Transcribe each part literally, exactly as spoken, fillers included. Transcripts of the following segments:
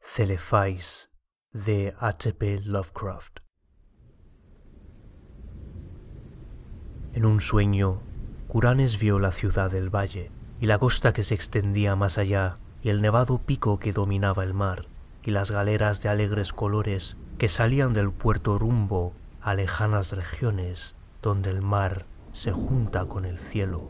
Celefais, de H P Lovecraft. En un sueño, Kuranes vio la ciudad del valle, y la costa que se extendía más allá, y el nevado pico que dominaba el mar, y las galeras de alegres colores que salían del puerto rumbo a lejanas regiones donde el mar se junta con el cielo.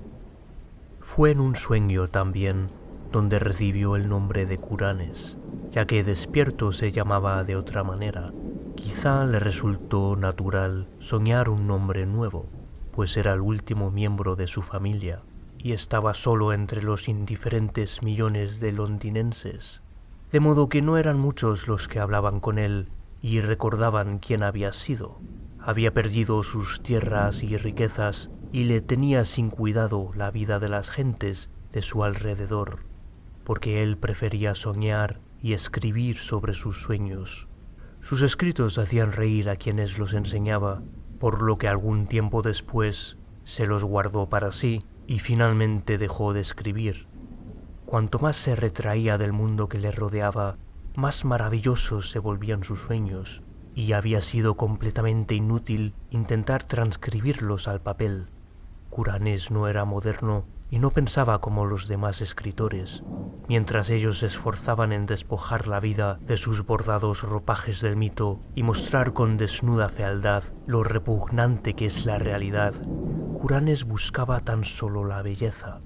Fue en un sueño también donde recibió el nombre de Kuranes, ya que despierto se llamaba de otra manera. Quizá le resultó natural soñar un nombre nuevo, pues era el último miembro de su familia y estaba solo entre los indiferentes millones de londinenses, de modo que no eran muchos los que hablaban con él y recordaban quién había sido. Había perdido sus tierras y riquezas y le tenía sin cuidado la vida de las gentes de su alrededor, porque él prefería soñar y escribir sobre sus sueños. Sus escritos hacían reír a quienes los enseñaba, por lo que algún tiempo después se los guardó para sí y finalmente dejó de escribir. Cuanto más se retraía del mundo que le rodeaba, más maravillosos se volvían sus sueños, y había sido completamente inútil intentar transcribirlos al papel. Kuranes no era moderno y no pensaba como los demás escritores, mientras ellos se esforzaban en despojar la vida de sus bordados ropajes del mito y mostrar con desnuda fealdad lo repugnante que es la realidad. Kuranes buscaba tan solo la belleza,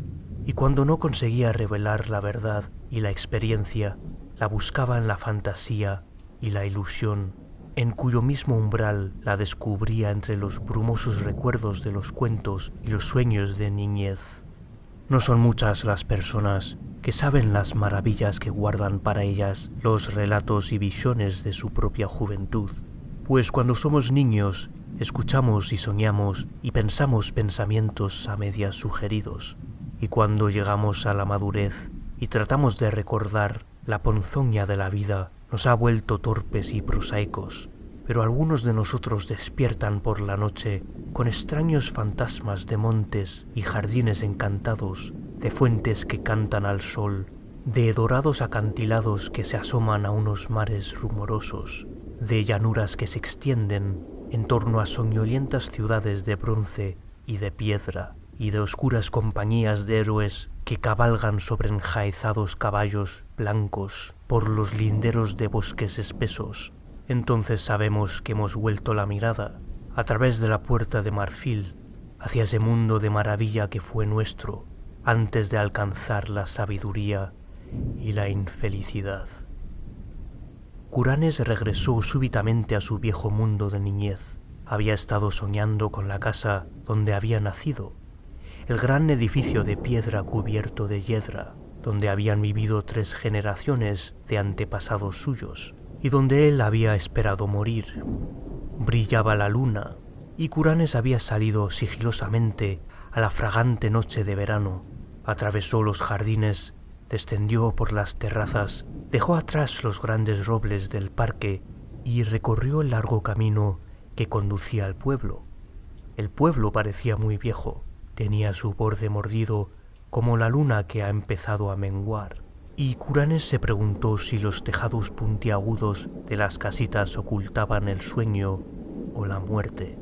y cuando no conseguía revelar la verdad y la experiencia, la buscaba en la fantasía y la ilusión, en cuyo mismo umbral la descubría entre los brumosos recuerdos de los cuentos y los sueños de niñez. No son muchas las personas que saben las maravillas que guardan para ellas los relatos y visiones de su propia juventud, pues cuando somos niños escuchamos y soñamos y pensamos pensamientos a medias sugeridos, y cuando llegamos a la madurez y tratamos de recordar, la ponzoña de la vida nos ha vuelto torpes y prosaicos, pero algunos de nosotros despiertan por la noche con extraños fantasmas de montes y jardines encantados, de fuentes que cantan al sol, de dorados acantilados que se asoman a unos mares rumorosos, de llanuras que se extienden en torno a soñolientas ciudades de bronce y de piedra, y de oscuras compañías de héroes que cabalgan sobre enjaezados caballos blancos por los linderos de bosques espesos. Entonces sabemos que hemos vuelto la mirada a través de la puerta de marfil hacia ese mundo de maravilla que fue nuestro antes de alcanzar la sabiduría y la infelicidad. Kuranes regresó súbitamente a su viejo mundo de niñez. Había estado soñando con la casa donde había nacido, el gran edificio de piedra cubierto de hiedra, donde habían vivido tres generaciones de antepasados suyos, y donde él había esperado morir. Brillaba la luna, y Kuranes había salido sigilosamente a la fragante noche de verano, atravesó los jardines, descendió por las terrazas, dejó atrás los grandes robles del parque y recorrió el largo camino que conducía al pueblo. El pueblo parecía muy viejo, tenía su borde mordido como la luna que ha empezado a menguar, y Kuranes se preguntó si los tejados puntiagudos de las casitas ocultaban el sueño o la muerte.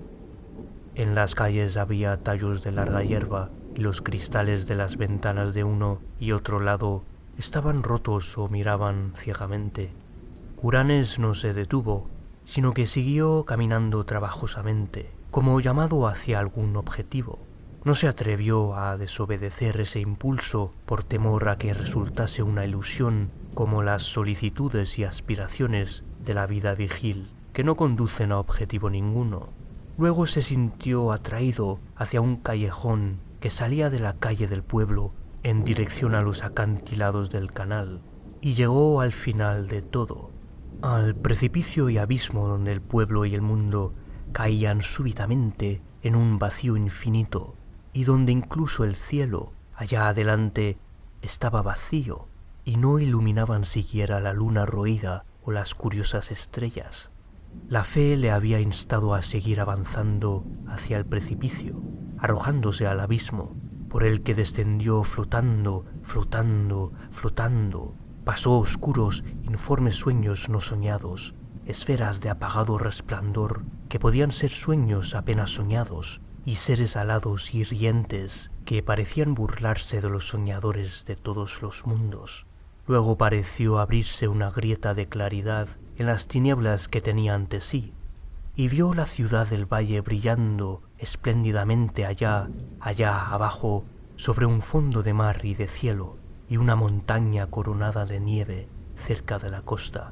En las calles había tallos de larga hierba y los cristales de las ventanas de uno y otro lado estaban rotos o miraban ciegamente. Kuranes no se detuvo, sino que siguió caminando trabajosamente, como llamado hacia algún objetivo. No se atrevió a desobedecer ese impulso por temor a que resultase una ilusión como las solicitudes y aspiraciones de la vida vigil, que no conducen a objetivo ninguno. Luego se sintió atraído hacia un callejón que salía de la calle del pueblo en dirección a los acantilados del canal, y llegó al final de todo, al precipicio y abismo donde el pueblo y el mundo caían súbitamente en un vacío infinito, y donde incluso el cielo, allá adelante, estaba vacío, y no iluminaban siquiera la luna roída o las curiosas estrellas. La fe le había instado a seguir avanzando hacia el precipicio, arrojándose al abismo, por el que descendió flotando, flotando, flotando, pasó oscuros y informes sueños no soñados, esferas de apagado resplandor que podían ser sueños apenas soñados, y seres alados y rientes que parecían burlarse de los soñadores de todos los mundos. Luego pareció abrirse una grieta de claridad en las tinieblas que tenía ante sí, y vio la ciudad del valle brillando espléndidamente allá, allá abajo, sobre un fondo de mar y de cielo, y una montaña coronada de nieve cerca de la costa.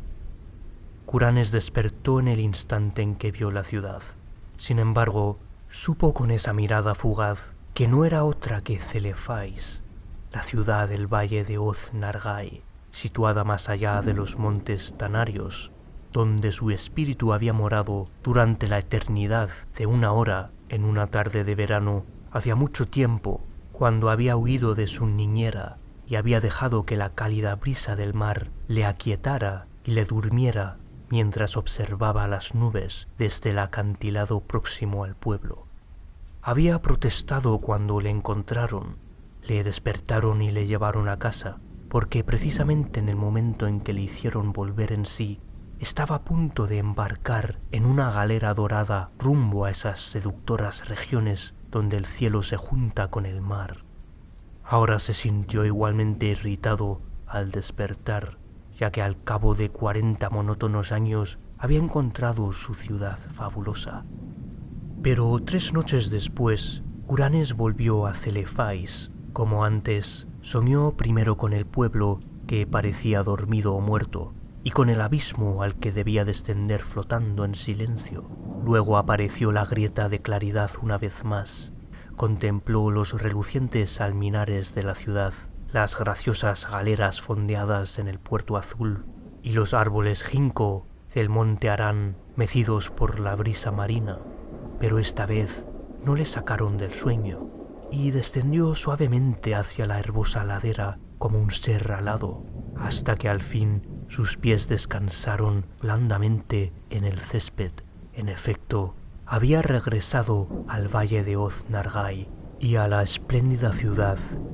Curanes despertó en el instante en que vio la ciudad. Sin embargo, supo con esa mirada fugaz que no era otra que Celefais, la ciudad del valle de Oth-Nargai, situada más allá de los montes Tanarios, donde su espíritu había morado durante la eternidad de una hora en una tarde de verano hacía mucho tiempo, cuando había huido de su niñera y había dejado que la cálida brisa del mar le aquietara y le durmiera mientras observaba las nubes desde el acantilado próximo al pueblo. Había protestado cuando le encontraron, le despertaron y le llevaron a casa, porque precisamente en el momento en que le hicieron volver en sí, estaba a punto de embarcar en una galera dorada rumbo a esas seductoras regiones donde el cielo se junta con el mar. Ahora se sintió igualmente irritado al despertar, ya que al cabo de cuarenta monótonos años había encontrado su ciudad fabulosa. Pero tres noches después, Curanes volvió a Celefais. Como antes, soñó primero con el pueblo que parecía dormido o muerto, y con el abismo al que debía descender flotando en silencio. Luego apareció la grieta de claridad una vez más. Contempló los relucientes alminares de la ciudad, las graciosas galeras fondeadas en el puerto azul, y los árboles ginkgo del monte Arán mecidos por la brisa marina. Pero esta vez no le sacaron del sueño, y descendió suavemente hacia la herbosa ladera como un ser alado, hasta que al fin sus pies descansaron blandamente en el césped. En efecto, había regresado al valle de Oth-Nargai y a la espléndida ciudad